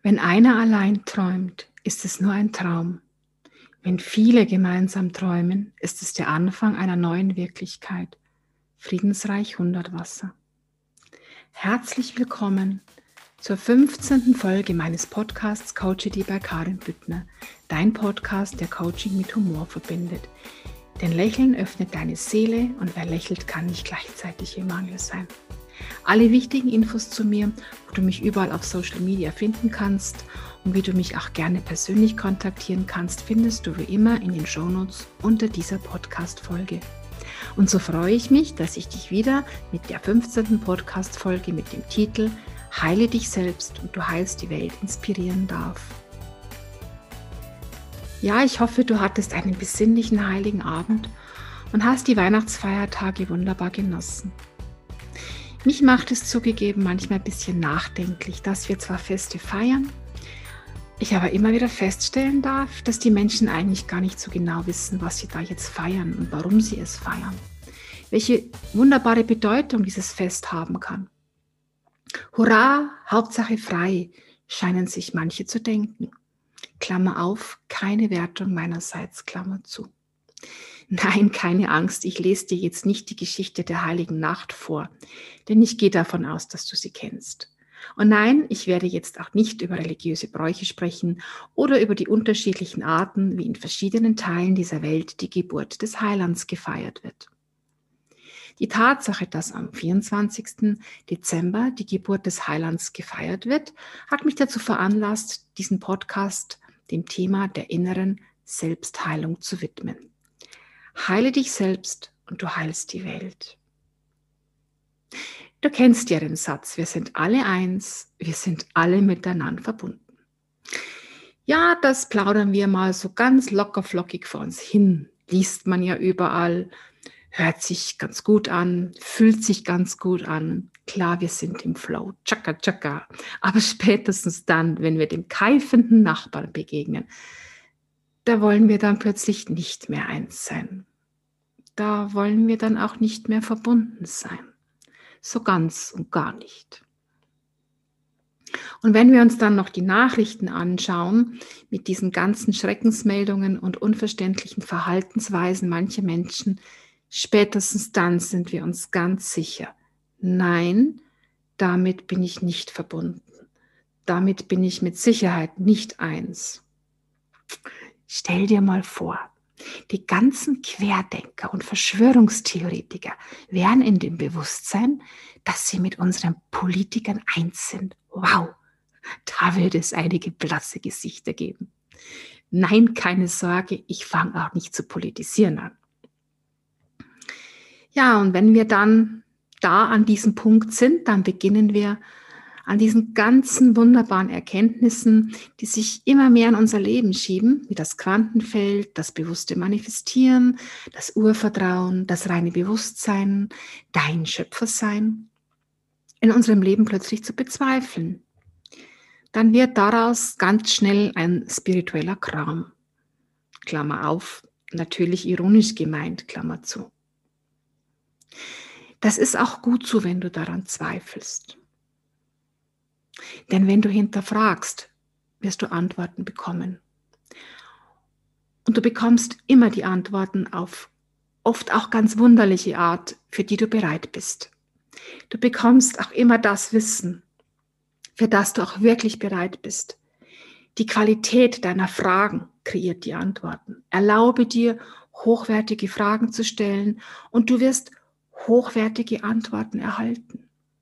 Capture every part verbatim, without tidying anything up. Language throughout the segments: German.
Wenn einer allein träumt, ist es nur ein Traum. Wenn viele gemeinsam träumen, ist es der Anfang einer neuen Wirklichkeit. Friedensreich Hundertwasser. Herzlich willkommen zur fünfzehnten Folge meines Podcasts Coache die bei Karin Büttner. Dein Podcast, der Coaching mit Humor verbindet. Denn Lächeln öffnet deine Seele und wer lächelt, kann nicht gleichzeitig im Mangel sein. Alle wichtigen Infos zu mir, wo du mich überall auf Social Media finden kannst und wie du mich auch gerne persönlich kontaktieren kannst, findest du wie immer in den Shownotes unter dieser Podcast-Folge. Und so freue ich mich, dass ich dich wieder mit der fünfzehnten Podcast-Folge mit dem Titel Heile dich selbst und du heilst die Welt inspirieren darf. Ja, ich hoffe, du hattest einen besinnlichen heiligen Abend und hast die Weihnachtsfeiertage wunderbar genossen. Mich macht es zugegeben manchmal ein bisschen nachdenklich, dass wir zwar Feste feiern, ich aber immer wieder feststellen darf, dass die Menschen eigentlich gar nicht so genau wissen, was sie da jetzt feiern und warum sie es feiern. Welche wunderbare Bedeutung dieses Fest haben kann. Hurra, Hauptsache frei, scheinen sich manche zu denken. Klammer auf, keine Wertung meinerseits, Klammer zu. Nein, keine Angst, ich lese dir jetzt nicht die Geschichte der Heiligen Nacht vor, denn ich gehe davon aus, dass du sie kennst. Und nein, ich werde jetzt auch nicht über religiöse Bräuche sprechen oder über die unterschiedlichen Arten, wie in verschiedenen Teilen dieser Welt die Geburt des Heilands gefeiert wird. Die Tatsache, dass am vierundzwanzigsten Dezember die Geburt des Heilands gefeiert wird, hat mich dazu veranlasst, diesen Podcast dem Thema der inneren Selbstheilung zu widmen. Heile dich selbst und du heilst die Welt. Du kennst ja den Satz, wir sind alle eins, wir sind alle miteinander verbunden. Ja, das plaudern wir mal so ganz lockerflockig vor uns hin. Liest man ja überall, hört sich ganz gut an, fühlt sich ganz gut an. Klar, wir sind im Flow, tschakka, tschakka. Aber spätestens dann, wenn wir dem keifenden Nachbarn begegnen, da wollen wir dann plötzlich nicht mehr eins sein. Da wollen wir dann auch nicht mehr verbunden sein. So ganz und gar nicht. Und wenn wir uns dann noch die Nachrichten anschauen, mit diesen ganzen Schreckensmeldungen und unverständlichen Verhaltensweisen mancher Menschen, spätestens dann sind wir uns ganz sicher, nein, damit bin ich nicht verbunden. Damit bin ich mit Sicherheit nicht eins. Stell dir mal vor, die ganzen Querdenker und Verschwörungstheoretiker wären in dem Bewusstsein, dass sie mit unseren Politikern eins sind. Wow, da würde es einige blasse Gesichter geben. Nein, keine Sorge, ich fange auch nicht zu politisieren an. Ja, und wenn wir dann da an diesem Punkt sind, dann beginnen wir an diesen ganzen wunderbaren Erkenntnissen, die sich immer mehr in unser Leben schieben, wie das Quantenfeld, das bewusste Manifestieren, das Urvertrauen, das reine Bewusstsein, dein Schöpfersein, in unserem Leben plötzlich zu bezweifeln. Dann wird daraus ganz schnell ein spiritueller Kram. Klammer auf, natürlich ironisch gemeint, Klammer zu. Das ist auch gut so, wenn du daran zweifelst. Denn wenn du hinterfragst, wirst du Antworten bekommen. Und du bekommst immer die Antworten auf oft auch ganz wunderliche Art, für die du bereit bist. Du bekommst auch immer das Wissen, für das du auch wirklich bereit bist. Die Qualität deiner Fragen kreiert die Antworten. Erlaube dir, hochwertige Fragen zu stellen und du wirst hochwertige Antworten erhalten.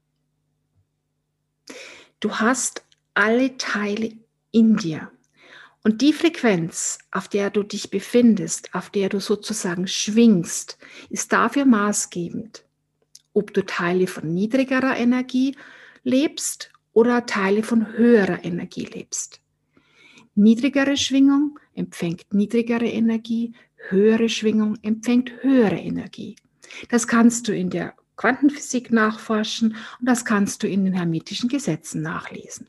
Du hast alle Teile in dir. Und die Frequenz, auf der du dich befindest, auf der du sozusagen schwingst, ist dafür maßgebend, ob du Teile von niedrigerer Energie lebst oder Teile von höherer Energie lebst. Niedrigere Schwingung empfängt niedrigere Energie, höhere Schwingung empfängt höhere Energie. Das kannst du in der Quantenphysik nachforschen und das kannst du in den hermetischen Gesetzen nachlesen.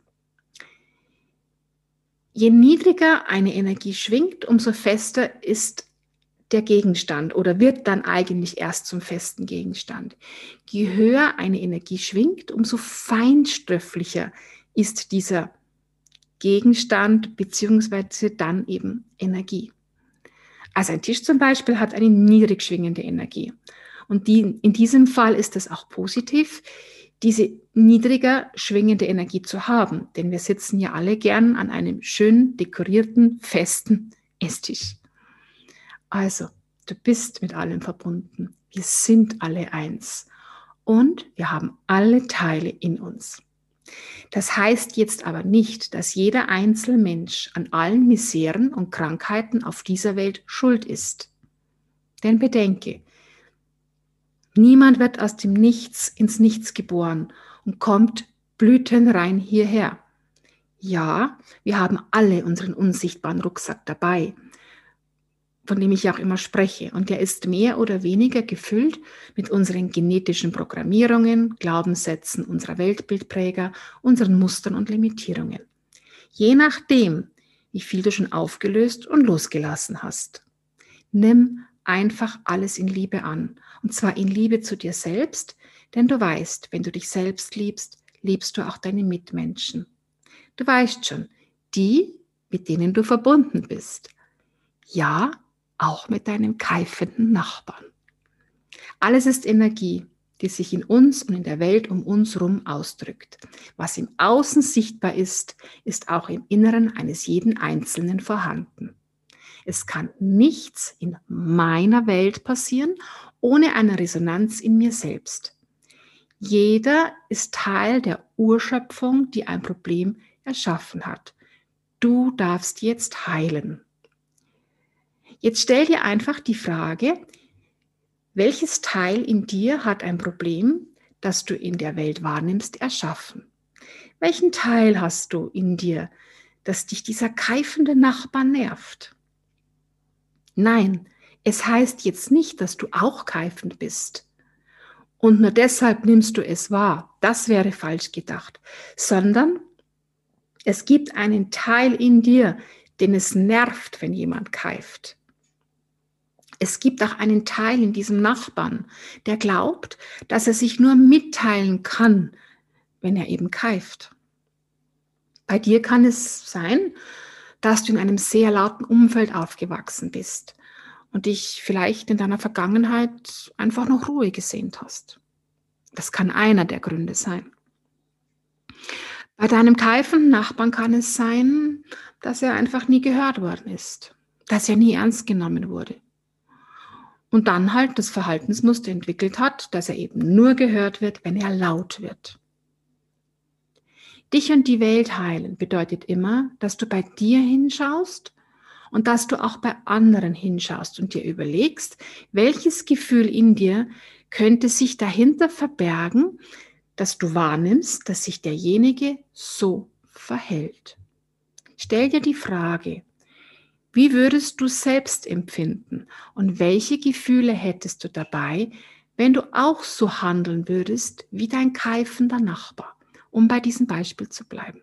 Je niedriger eine Energie schwingt, umso fester ist der Gegenstand oder wird dann eigentlich erst zum festen Gegenstand. Je höher eine Energie schwingt, umso feinstofflicher ist dieser Gegenstand beziehungsweise dann eben Energie. Also ein Tisch zum Beispiel hat eine niedrig schwingende Energie. Und die, in diesem Fall ist es auch positiv, diese niedriger schwingende Energie zu haben. Denn wir sitzen ja alle gern an einem schön dekorierten, festen Esstisch. Also, du bist mit allem verbunden. Wir sind alle eins. Und wir haben alle Teile in uns. Das heißt jetzt aber nicht, dass jeder einzelne Mensch an allen Miseren und Krankheiten auf dieser Welt schuld ist. Denn bedenke, niemand wird aus dem Nichts ins Nichts geboren und kommt blütenrein hierher. Ja, wir haben alle unseren unsichtbaren Rucksack dabei, von dem ich auch immer spreche. Und der ist mehr oder weniger gefüllt mit unseren genetischen Programmierungen, Glaubenssätzen unserer Weltbildpräger, unseren Mustern und Limitierungen. Je nachdem, wie viel du schon aufgelöst und losgelassen hast. Nimm einfach alles in Liebe an. Und zwar in Liebe zu dir selbst, denn du weißt, wenn du dich selbst liebst, liebst du auch deine Mitmenschen. Du weißt schon, die, mit denen du verbunden bist. Ja, auch mit deinem keifenden Nachbarn. Alles ist Energie, die sich in uns und in der Welt um uns herum ausdrückt. Was im Außen sichtbar ist, ist auch im Inneren eines jeden Einzelnen vorhanden. Es kann nichts in meiner Welt passieren, ohne eine Resonanz in mir selbst. Jeder ist Teil der Urschöpfung, die ein Problem erschaffen hat. Du darfst jetzt heilen. Jetzt stell dir einfach die Frage, welches Teil in dir hat ein Problem, das du in der Welt wahrnimmst, erschaffen? Welchen Teil hast du in dir, dass dich dieser keifende Nachbar nervt? Nein, es heißt jetzt nicht, dass du auch keifend bist. Und nur deshalb nimmst du es wahr. Das wäre falsch gedacht. Sondern es gibt einen Teil in dir, den es nervt, wenn jemand keift. Es gibt auch einen Teil in diesem Nachbarn, der glaubt, dass er sich nur mitteilen kann, wenn er eben keift. Bei dir kann es sein, dass du in einem sehr lauten Umfeld aufgewachsen bist und dich vielleicht in deiner Vergangenheit einfach noch Ruhe gesehnt hast. Das kann einer der Gründe sein. Bei deinem keifenden Nachbarn kann es sein, dass er einfach nie gehört worden ist, dass er nie ernst genommen wurde. Und dann halt das Verhaltensmuster entwickelt hat, dass er eben nur gehört wird, wenn er laut wird. Dich und die Welt heilen bedeutet immer, dass du bei dir hinschaust und dass du auch bei anderen hinschaust und dir überlegst, welches Gefühl in dir könnte sich dahinter verbergen, dass du wahrnimmst, dass sich derjenige so verhält. Stell dir die Frage, wie würdest du selbst empfinden und welche Gefühle hättest du dabei, wenn du auch so handeln würdest wie dein keifender Nachbar, um bei diesem Beispiel zu bleiben?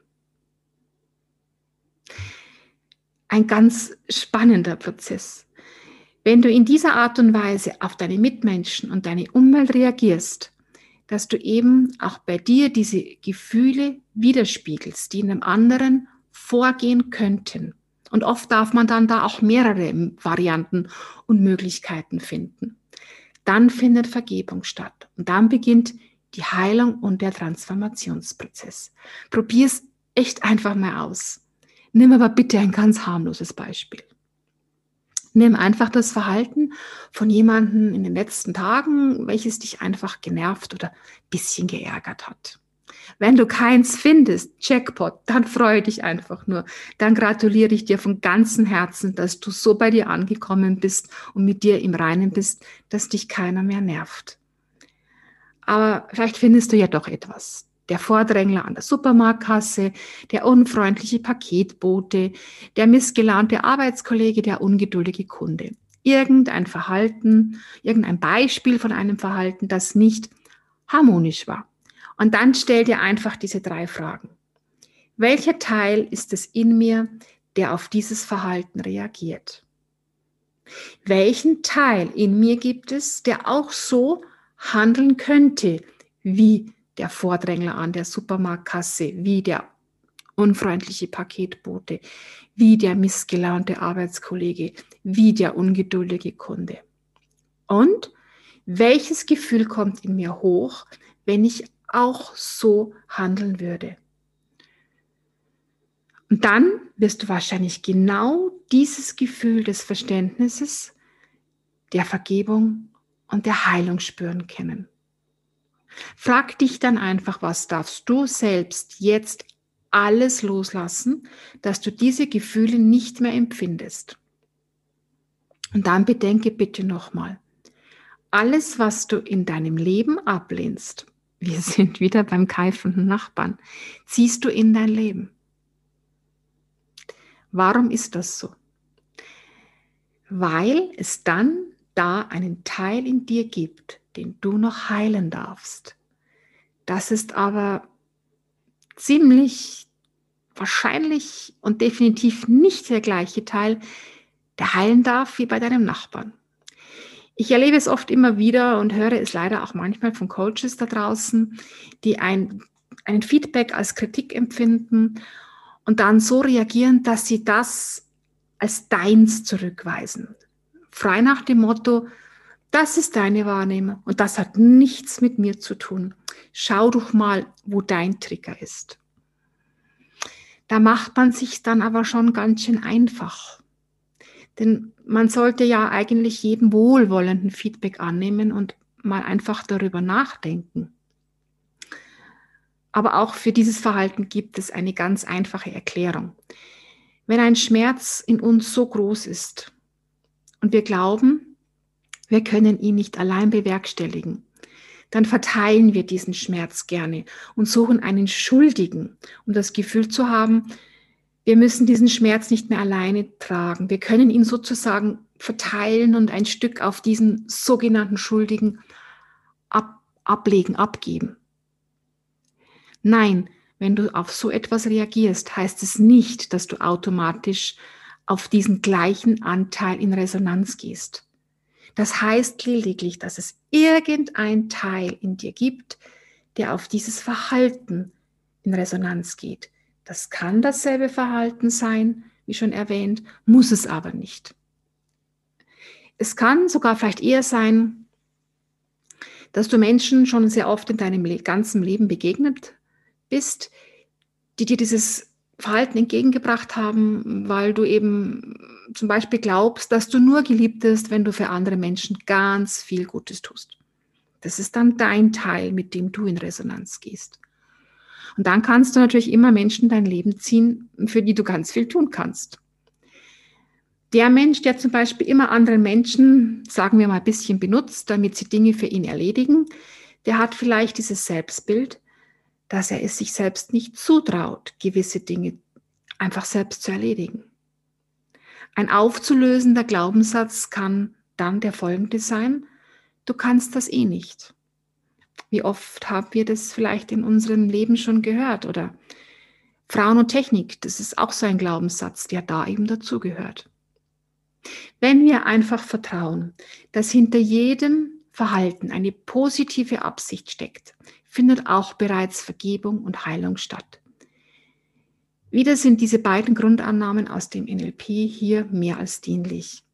Ein ganz spannender Prozess. Wenn du in dieser Art und Weise auf deine Mitmenschen und deine Umwelt reagierst, dass du eben auch bei dir diese Gefühle widerspiegelst, die in einem anderen vorgehen könnten. Und oft darf man dann da auch mehrere Varianten und Möglichkeiten finden. Dann findet Vergebung statt und dann beginnt die Heilung und der Transformationsprozess. Probier es echt einfach mal aus. Nimm aber bitte ein ganz harmloses Beispiel. Nimm einfach das Verhalten von jemandem in den letzten Tagen, welches dich einfach genervt oder ein bisschen geärgert hat. Wenn du keins findest, Jackpot, dann freue dich einfach nur. Dann gratuliere ich dir von ganzem Herzen, dass du so bei dir angekommen bist und mit dir im Reinen bist, dass dich keiner mehr nervt. Aber vielleicht findest du ja doch etwas. Der Vordrängler an der Supermarktkasse, der unfreundliche Paketbote, der missgelaunte Arbeitskollege, der ungeduldige Kunde. Irgendein Verhalten, irgendein Beispiel von einem Verhalten, das nicht harmonisch war. Und dann stell dir einfach diese drei Fragen. Welcher Teil ist es in mir, der auf dieses Verhalten reagiert? Welchen Teil in mir gibt es, der auch so handeln könnte, wie der Vordrängler an der Supermarktkasse, wie der unfreundliche Paketbote, wie der missgelaunte Arbeitskollege, wie der ungeduldige Kunde. Und welches Gefühl kommt in mir hoch, wenn ich auch so handeln würde? Und dann wirst du wahrscheinlich genau dieses Gefühl des Verständnisses, der Vergebung und der Heilung spüren können. Frag dich dann einfach, was darfst du selbst jetzt alles loslassen, dass du diese Gefühle nicht mehr empfindest. Und dann bedenke bitte nochmal, alles, was du in deinem Leben ablehnst, wir sind wieder beim keifenden Nachbarn, ziehst du in dein Leben. Warum ist das so? Weil es dann da einen Teil in dir gibt, den du noch heilen darfst. Das ist aber ziemlich wahrscheinlich und definitiv nicht der gleiche Teil, der heilen darf wie bei deinem Nachbarn. Ich erlebe es oft immer wieder und höre es leider auch manchmal von Coaches da draußen, die ein, ein Feedback als Kritik empfinden und dann so reagieren, dass sie das als deins zurückweisen. Frei nach dem Motto, das ist deine Wahrnehmung und das hat nichts mit mir zu tun. Schau doch mal, wo dein Trigger ist. Da macht man sich dann aber schon ganz schön einfach. Denn man sollte ja eigentlich jeden wohlwollenden Feedback annehmen und mal einfach darüber nachdenken. Aber auch für dieses Verhalten gibt es eine ganz einfache Erklärung. Wenn ein Schmerz in uns so groß ist und wir glauben, wir können ihn nicht allein bewerkstelligen, dann verteilen wir diesen Schmerz gerne und suchen einen Schuldigen, um das Gefühl zu haben, wir müssen diesen Schmerz nicht mehr alleine tragen. Wir können ihn sozusagen verteilen und ein Stück auf diesen sogenannten Schuldigen ab, ablegen, abgeben. Nein, wenn du auf so etwas reagierst, heißt es nicht, dass du automatisch auf diesen gleichen Anteil in Resonanz gehst. Das heißt lediglich, dass es irgendein Teil in dir gibt, der auf dieses Verhalten in Resonanz geht. Das kann dasselbe Verhalten sein, wie schon erwähnt, muss es aber nicht. Es kann sogar vielleicht eher sein, dass du Menschen schon sehr oft in deinem ganzen Leben begegnet bist, die dir dieses Verhalten entgegengebracht haben, weil du eben zum Beispiel glaubst, dass du nur geliebt bist, wenn du für andere Menschen ganz viel Gutes tust. Das ist dann dein Teil, mit dem du in Resonanz gehst. Und dann kannst du natürlich immer Menschen in dein Leben ziehen, für die du ganz viel tun kannst. Der Mensch, der zum Beispiel immer anderen Menschen, sagen wir mal, ein bisschen benutzt, damit sie Dinge für ihn erledigen, der hat vielleicht dieses Selbstbild, dass er es sich selbst nicht zutraut, gewisse Dinge einfach selbst zu erledigen. Ein aufzulösender Glaubenssatz kann dann der folgende sein: Du kannst das eh nicht. Wie oft haben wir das vielleicht in unserem Leben schon gehört? Oder Frauen und Technik, das ist auch so ein Glaubenssatz, der da eben dazugehört. Wenn wir einfach vertrauen, dass hinter jedem Verhalten eine positive Absicht steckt, findet auch bereits Vergebung und Heilung statt. Wieder sind diese beiden Grundannahmen aus dem N L P hier mehr als dienlich.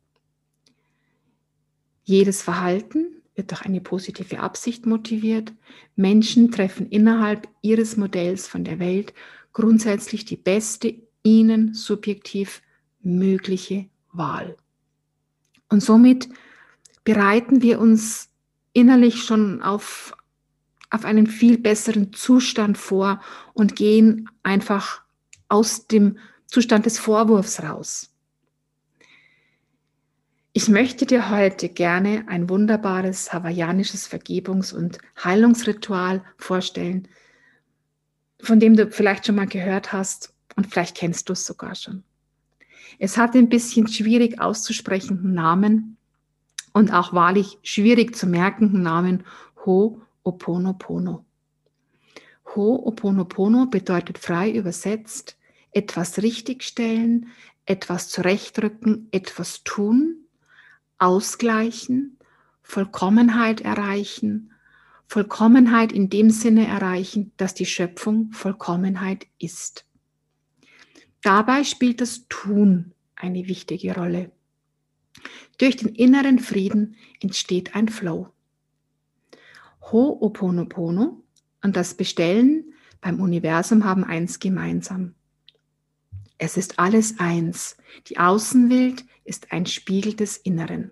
Jedes Verhalten wird durch eine positive Absicht motiviert. Menschen treffen innerhalb ihres Modells von der Welt grundsätzlich die beste, ihnen subjektiv mögliche Wahl. Und somit bereiten wir uns innerlich schon auf, auf einen viel besseren Zustand vor und gehen einfach aus dem Zustand des Vorwurfs raus. Ich möchte dir heute gerne ein wunderbares hawaiianisches Vergebungs- und Heilungsritual vorstellen, von dem du vielleicht schon mal gehört hast und vielleicht kennst du es sogar schon. Es hat ein bisschen schwierig auszusprechenden Namen und auch wahrlich schwierig zu merkenden Namen Ho'oponopono. Ho'oponopono bedeutet frei übersetzt etwas richtigstellen, etwas zurechtrücken, etwas tun, ausgleichen, Vollkommenheit erreichen, Vollkommenheit in dem Sinne erreichen, dass die Schöpfung Vollkommenheit ist. Dabei spielt das Tun eine wichtige Rolle. Durch den inneren Frieden entsteht ein Flow. Ho'oponopono und das Bestellen beim Universum haben eins gemeinsam. Es ist alles eins. Die Außenwelt ist ein Spiegel des Inneren.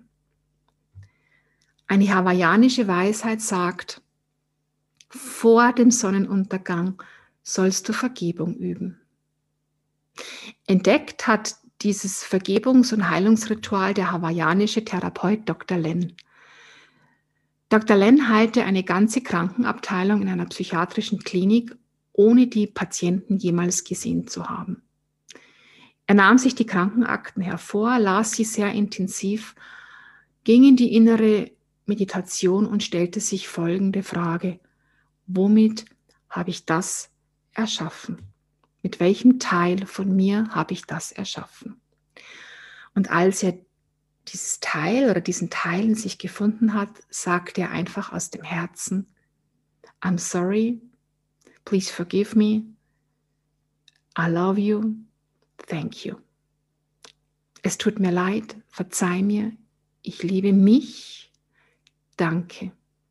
Eine hawaiianische Weisheit sagt, vor dem Sonnenuntergang sollst du Vergebung üben. Entdeckt hat dieses Vergebungs- und Heilungsritual der hawaiianische Therapeut Doktor Len. Doktor Len heilte eine ganze Krankenabteilung in einer psychiatrischen Klinik, ohne die Patienten jemals gesehen zu haben. Er nahm sich die Krankenakten hervor, las sie sehr intensiv, ging in die innere Meditation und stellte sich folgende Frage: Womit habe ich das erschaffen? Mit welchem Teil von mir habe ich das erschaffen? Und als er dieses Teil oder diesen Teil in sich gefunden hat, sagte er einfach aus dem Herzen: I'm sorry, please forgive me, I love you, thank you. Es tut mir leid, verzeih mir, ich liebe mich, danke.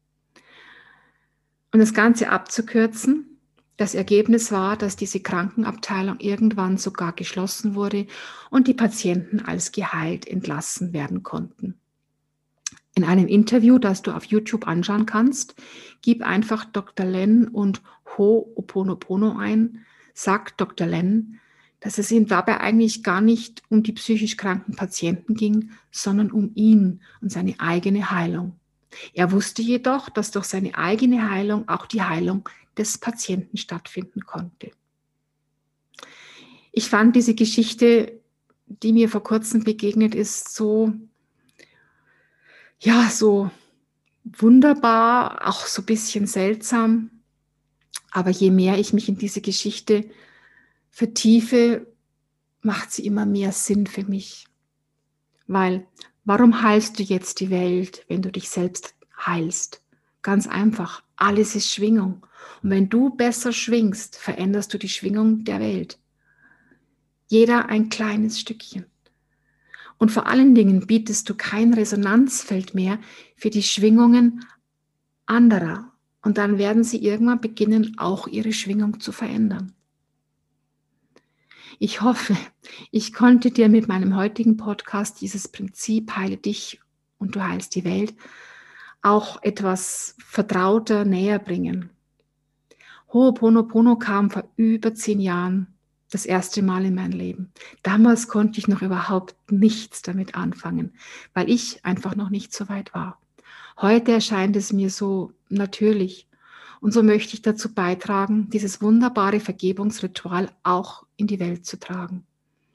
Und das Ganze abzukürzen, das Ergebnis war, dass diese Krankenabteilung irgendwann sogar geschlossen wurde und die Patienten als geheilt entlassen werden konnten. In einem Interview, das du auf YouTube anschauen kannst, gib einfach Doktor Len und Ho'oponopono ein, sagt Doktor Len, dass es ihm dabei eigentlich gar nicht um die psychisch kranken Patienten ging, sondern um ihn und seine eigene Heilung. Er wusste jedoch, dass durch seine eigene Heilung auch die Heilung des Patienten stattfinden konnte. Ich fand diese Geschichte, die mir vor kurzem begegnet ist, so, ja, so wunderbar, auch so ein bisschen seltsam. Aber je mehr ich mich in diese Geschichte vertiefe, macht sie immer mehr Sinn für mich. Weil, warum heilst du jetzt die Welt, wenn du dich selbst heilst? Ganz einfach, alles ist Schwingung. Und wenn du besser schwingst, veränderst du die Schwingung der Welt. Jeder ein kleines Stückchen. Und vor allen Dingen bietest du kein Resonanzfeld mehr für die Schwingungen anderer. Und dann werden sie irgendwann beginnen, auch ihre Schwingung zu verändern. Ich hoffe, ich konnte dir mit meinem heutigen Podcast dieses Prinzip Heile dich und du heilst die Welt auch etwas vertrauter näher bringen. Ho'oponopono kam vor über zehn Jahren das erste Mal in mein Leben. Damals konnte ich noch überhaupt nichts damit anfangen, weil ich einfach noch nicht so weit war. Heute erscheint es mir so natürlich. Und so möchte ich dazu beitragen, dieses wunderbare Vergebungsritual auch in die Welt zu tragen.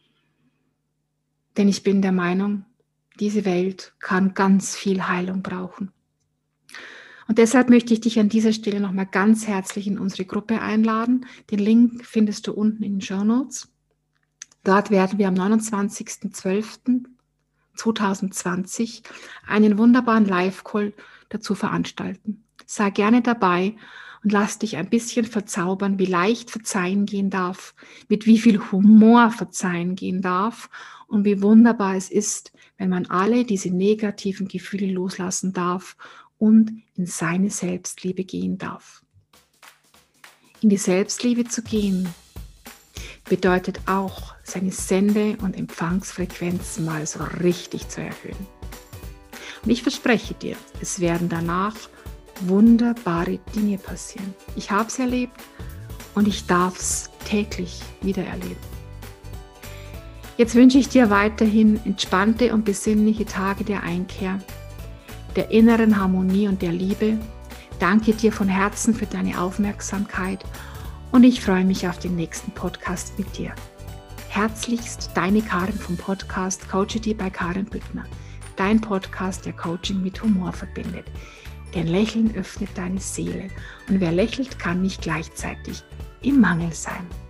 Denn ich bin der Meinung, diese Welt kann ganz viel Heilung brauchen. Und deshalb möchte ich dich an dieser Stelle nochmal ganz herzlich in unsere Gruppe einladen. Den Link findest du unten in den Shownotes. Dort werden wir am neunundzwanzigsten zwölften zweitausendzwanzig einen wunderbaren Live-Call dazu veranstalten. Sei gerne dabei und lass dich ein bisschen verzaubern, wie leicht Verzeihen gehen darf, mit wie viel Humor Verzeihen gehen darf und wie wunderbar es ist, wenn man alle diese negativen Gefühle loslassen darf und in seine Selbstliebe gehen darf. In die Selbstliebe zu gehen bedeutet auch, seine Sende- und Empfangsfrequenz mal so richtig zu erhöhen. Und ich verspreche dir, es werden danach wunderbare Dinge passieren. Ich habe es erlebt und ich darf es täglich wieder erleben. Jetzt wünsche ich dir weiterhin entspannte und besinnliche Tage der Einkehr, der inneren Harmonie und der Liebe. Danke dir von Herzen für deine Aufmerksamkeit und ich freue mich auf den nächsten Podcast mit dir. Herzlichst, deine Karin vom Podcast Coache dir bei Karin Büttner. Dein Podcast, der Coaching mit Humor verbindet. Denn Lächeln öffnet deine Seele und wer lächelt, kann nicht gleichzeitig im Mangel sein.